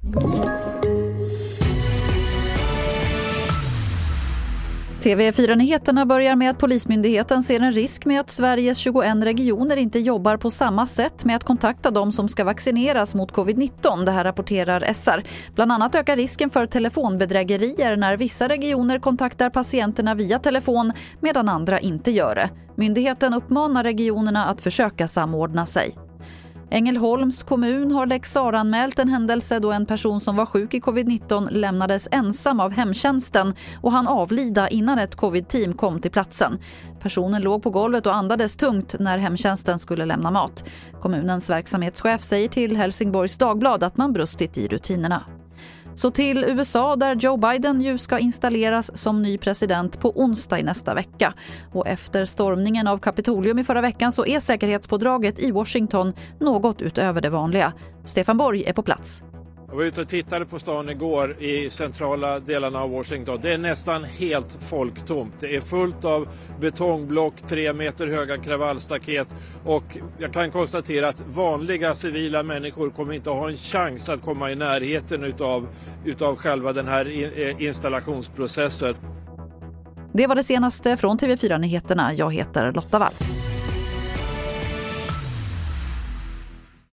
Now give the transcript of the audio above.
TV4-nyheterna börjar med att Polismyndigheten ser en risk med att Sveriges 21 regioner inte jobbar på samma sätt med att kontakta de som ska vaccineras mot covid-19. Det här rapporterar SR. Bland annat ökar risken för telefonbedrägerier när vissa regioner kontaktar patienterna via telefon medan andra inte gör det. Myndigheten uppmanar regionerna att försöka samordna sig. Ängelholms kommun har Lex Sarah-anmält en händelse då en person som var sjuk i covid-19 lämnades ensam av hemtjänsten och han avlida innan ett covid-team kom till platsen. Personen låg på golvet och andades tungt när hemtjänsten skulle lämna mat. Kommunens verksamhetschef säger till Helsingborgs Dagblad att man brustit i rutinerna. Så till USA där Joe Biden ju ska installeras som ny president på onsdag i nästa vecka. Och efter stormningen av Kapitolium i förra veckan så är säkerhetspådraget i Washington något utöver det vanliga. Stefan Borg är på plats. Jag var ute och tittade på stan igår i centrala delarna av Washington. Det är nästan helt folktomt. Det är fullt av betongblock, 3 meter höga kravallstaket och jag kan konstatera att vanliga civila människor kommer inte ha en chans att komma i närheten utav själva den här installationsprocessen. Det var det senaste från TV4-nyheterna. Jag heter Lotta Wall.